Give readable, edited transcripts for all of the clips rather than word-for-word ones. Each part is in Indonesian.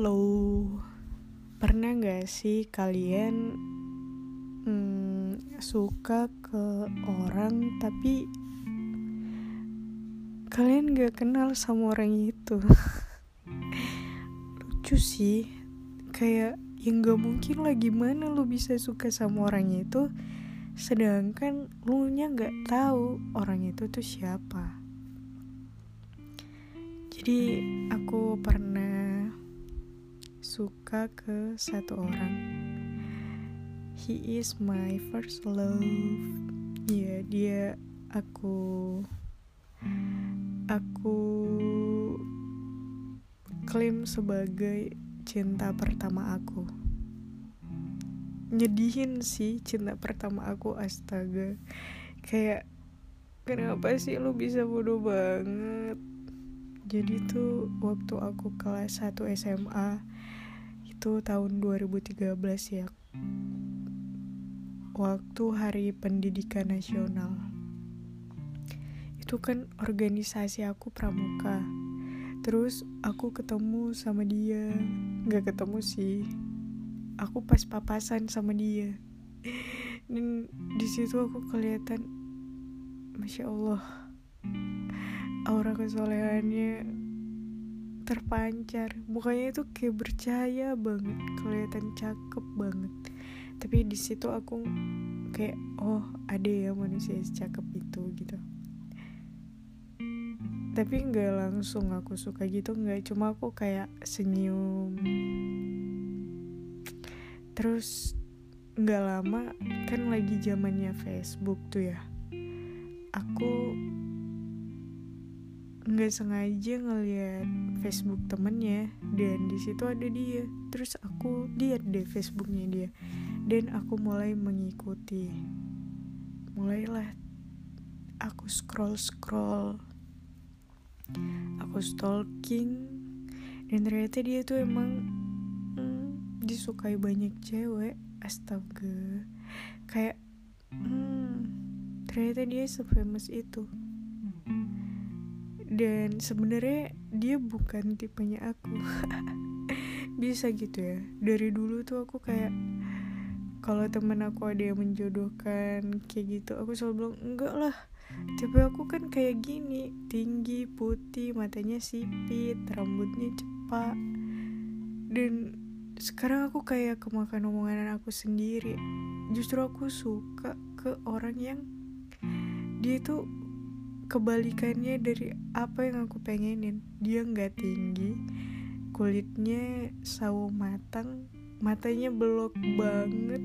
Halo, pernah gak sih kalian suka ke orang tapi kalian gak kenal sama orang itu? Lucu sih, kayak yang gak mungkin lah, gimana lu bisa suka sama orang itu sedangkan lu nya gak tahu orang itu tuh siapa. Jadi aku pernah suka ke satu orang. He is my first love. Iya, dia aku klaim sebagai cinta pertama aku. Nyedihin sih cinta pertama aku, astaga. Kayak kenapa sih lu bisa bodoh banget. Jadi tuh waktu aku kelas 1 SMA, itu tahun 2013 ya, waktu Hari Pendidikan Nasional. Itu kan organisasi aku pramuka. Terus aku ketemu sama dia. Gak ketemu sih, aku pas papasan sama dia. Dan disitu aku kelihatan, Masya Allah, aura kesolehannya terpancar. Mukanya itu kayak bercahaya banget, kelihatan cakep banget. Tapi di situ aku kayak, oh ada ya manusia secakep itu gitu. Tapi nggak langsung aku suka gitu, nggak. Cuma aku kayak senyum. Terus nggak lama kan lagi zamannya Facebook tuh ya, aku nggak sengaja ngeliat Facebook temennya dan di situ ada dia. Terus aku lihat deh Facebooknya dia dan aku mulai mengikuti. Mulailah aku scroll, aku stalking, dan ternyata dia tuh emang disukai banyak cewek. Astaga, kayak ternyata dia se-famous itu. Dan sebenarnya dia bukan tipenya aku. Bisa gitu ya, dari dulu tuh aku kayak, kalau temen aku ada yang menjodohkan kayak gitu, aku selalu bilang enggak lah, tipe aku kan kayak gini, tinggi, putih, matanya sipit, rambutnya cepak. Dan sekarang aku kayak kemakan omongan aku sendiri. Justru aku suka ke orang yang dia tuh kebalikannya dari apa yang aku pengenin. Dia gak tinggi, kulitnya sawo matang, matanya belok banget,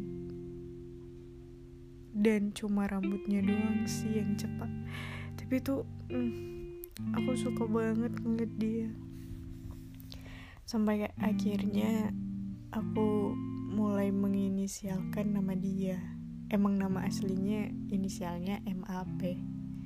dan cuma rambutnya doang sih yang cepak. Tapi tuh aku suka banget ngeliat dia. Sampai akhirnya aku mulai menginisialkan nama dia. Emang nama aslinya inisialnya MAP.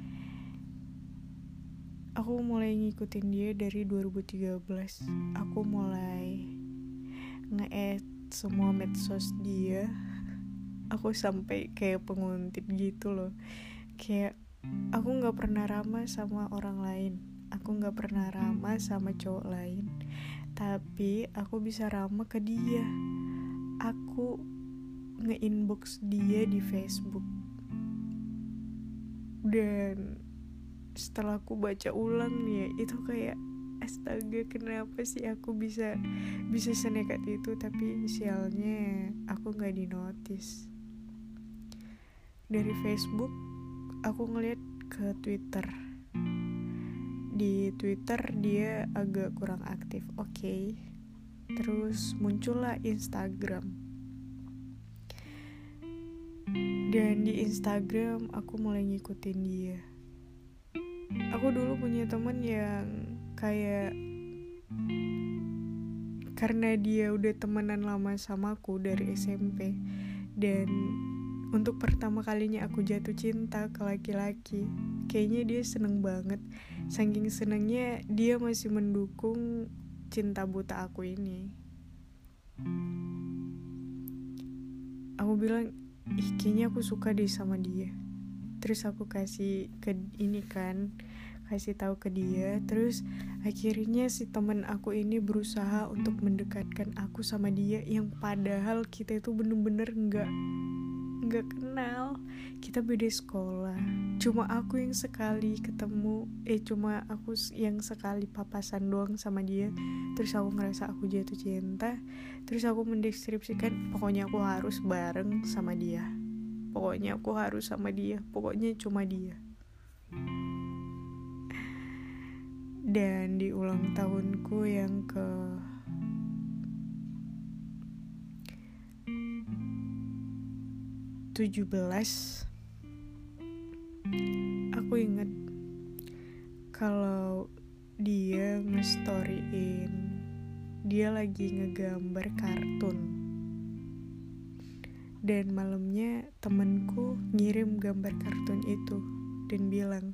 Aku mulai ngikutin dia dari 2013. Aku mulai nge-add semua medsos dia. Aku sampai kayak penguntit gitu loh. Kayak aku gak pernah ramah sama orang lain, aku gak pernah ramah sama cowok lain, tapi aku bisa ramah ke dia. Aku nge-inbox dia di Facebook. Dan setelah aku baca ulang nih, itu kayak astaga, kenapa sih aku bisa senekat itu. Tapi sialnya aku gak dinotis. Dari Facebook aku ngeliat ke Twitter. Di Twitter dia agak kurang aktif, oke. Terus muncullah Instagram. Dan di Instagram aku mulai ngikutin dia. Aku dulu punya teman yang kayak, karena dia udah temenan lama sama aku dari SMP, dan untuk pertama kalinya aku jatuh cinta ke laki-laki. Kayaknya dia seneng banget. Saking senengnya dia masih mendukung cinta buta aku ini. Aku bilang, kayaknya aku suka deh sama dia. Terus aku kasih ke ini kan, kasih tahu ke dia. Terus akhirnya si teman aku ini berusaha untuk mendekatkan aku sama dia, yang padahal kita itu bener-bener nggak kenal. Kita beda sekolah, cuma aku yang sekali ketemu, cuma aku yang sekali papasan doang sama dia. Terus aku ngerasa aku jatuh cinta. Terus aku mendeskripsikan, pokoknya aku harus bareng sama dia, pokoknya aku harus sama dia, pokoknya cuma dia. Dan di ulang tahunku yang ke 17, aku inget kalau dia nge-storyin dia lagi ngegambar kartun. Dan malamnya temenku ngirim gambar kartun itu dan bilang,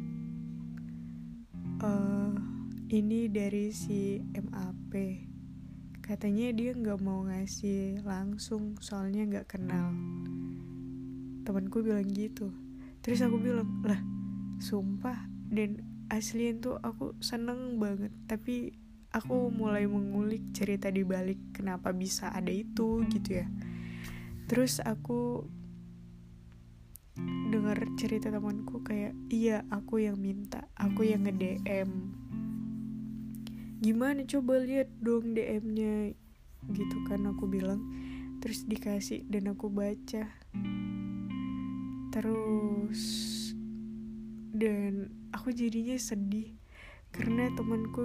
ini dari si MAP. Katanya dia gak mau ngasih langsung, soalnya gak kenal. Temenku bilang gitu. Terus aku bilang, lah sumpah. Dan aslinya tuh aku seneng banget. Tapi aku mulai mengulik cerita di balik kenapa bisa ada itu gitu ya. Terus aku dengar cerita temanku kayak, iya aku yang minta, aku yang nge-DM. Gimana coba lihat dong DM-nya gitu kan aku bilang. Terus dikasih dan aku baca. Terus dan aku jadinya sedih karena temanku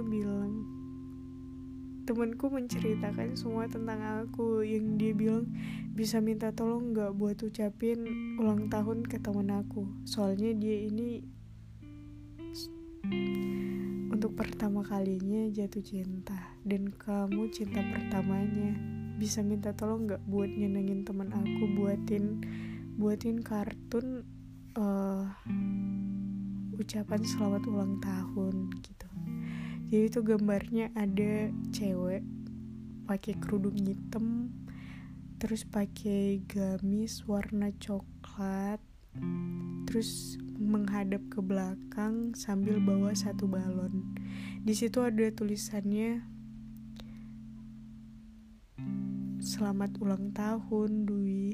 menceritakan semua tentang aku, yang dia bilang bisa minta tolong gak buat ucapin ulang tahun ke temen aku, soalnya dia ini untuk pertama kalinya jatuh cinta dan kamu cinta pertamanya. Bisa minta tolong gak buat nyenengin temen aku, buatin kartun ucapan selamat ulang tahun gitu. Jadi itu gambarnya ada cewek pakai kerudung hitam, terus pakai gamis warna coklat, terus menghadap ke belakang sambil bawa satu balon. Di situ ada tulisannya, selamat ulang tahun Dwi,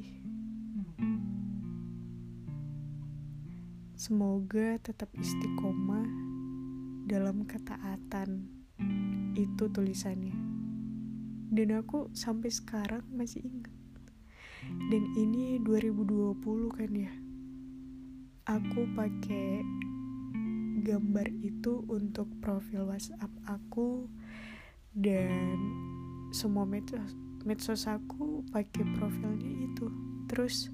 semoga tetap istiqomah dalam ketaatan. Itu tulisannya. Dan aku sampai sekarang masih ingat. Dan ini 2020 kan ya. Aku pakai gambar itu untuk profil WhatsApp aku, dan semua medsos aku pakai profilnya itu. Terus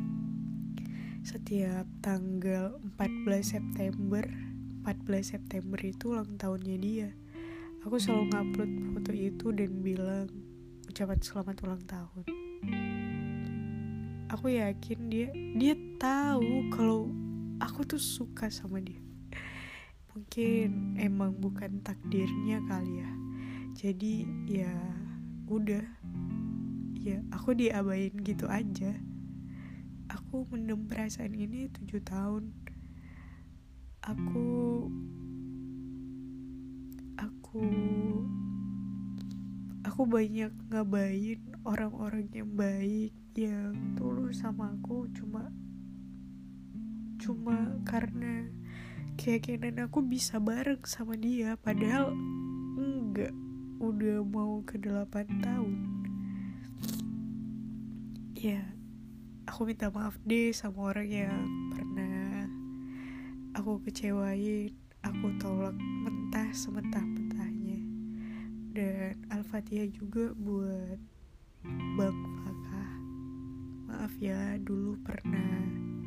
setiap tanggal 14 September itu ulang tahunnya dia. Aku selalu ngupload foto itu dan bilang ucapan selamat ulang tahun. Aku yakin dia tahu kalau aku tuh suka sama dia. Mungkin emang bukan takdirnya kali ya. Jadi ya udah, ya aku diabain gitu aja. Aku mendem perasaan ini 7 tahun. Aku banyak ngabain orang-orang yang baik, yang tulus sama aku, cuma karena keyakinan aku bisa bareng sama dia, padahal enggak. Udah mau ke 8 tahun. Ya, aku minta maaf deh sama orang yang pernah aku kecewain. Aku tolak mentah sementah-mentahnya. Dan Al-Fatihah juga buat Bang Fakah. Maaf ya, dulu pernah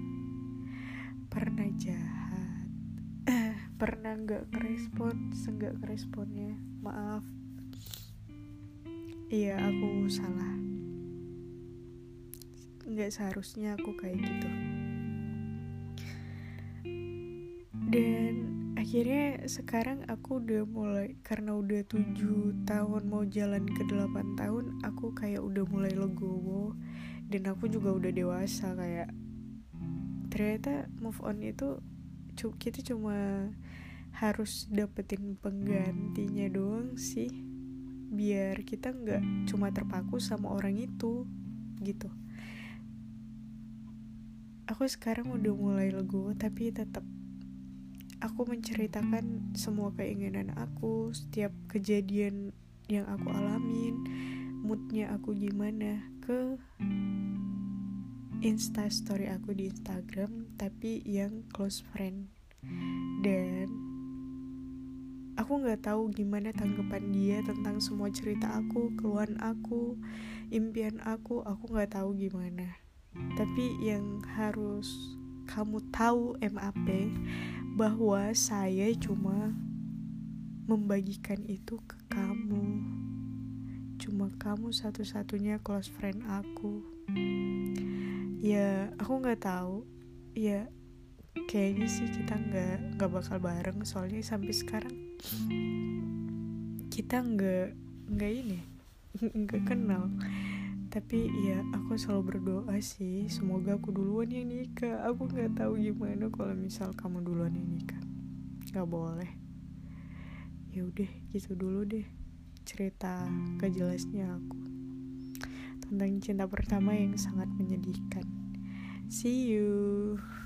jahat. Pernah gak ngerespon, seenggak ngeresponnya. Maaf. Iya, aku salah. Gak seharusnya aku kayak gitu. Dan akhirnya sekarang aku udah mulai, karena udah 7 tahun mau jalan ke 8 tahun, aku kayak udah mulai legowo. Dan aku juga udah dewasa, kayak ternyata move on itu kita cuma harus dapetin penggantinya doang sih, biar kita nggak cuma terpaku sama orang itu gitu. Aku sekarang udah mulai legowo, tapi tetap aku menceritakan semua keinginan aku, setiap kejadian yang aku alamin, moodnya aku gimana, ke Instastory aku di Instagram, tapi yang close friend. Dan aku nggak tahu gimana tanggapan dia tentang semua cerita aku, keluhan aku, impian aku nggak tahu gimana. Tapi yang harus kamu tahu MAP, bahwa saya cuma membagikan itu ke kamu. Cuma kamu satu-satunya close friend aku. Ya aku nggak tahu, ya kayaknya sih kita nggak bakal bareng, soalnya sampai sekarang kita nggak ini nggak kenal. Tapi ya aku selalu berdoa sih, semoga aku duluan yang nikah. Aku nggak tahu gimana kalau misal kamu duluan yang nikah. Nggak boleh. Ya udah gitu dulu deh cerita gak jelasnya aku tentang cinta pertama yang sangat menyedihkan. See you.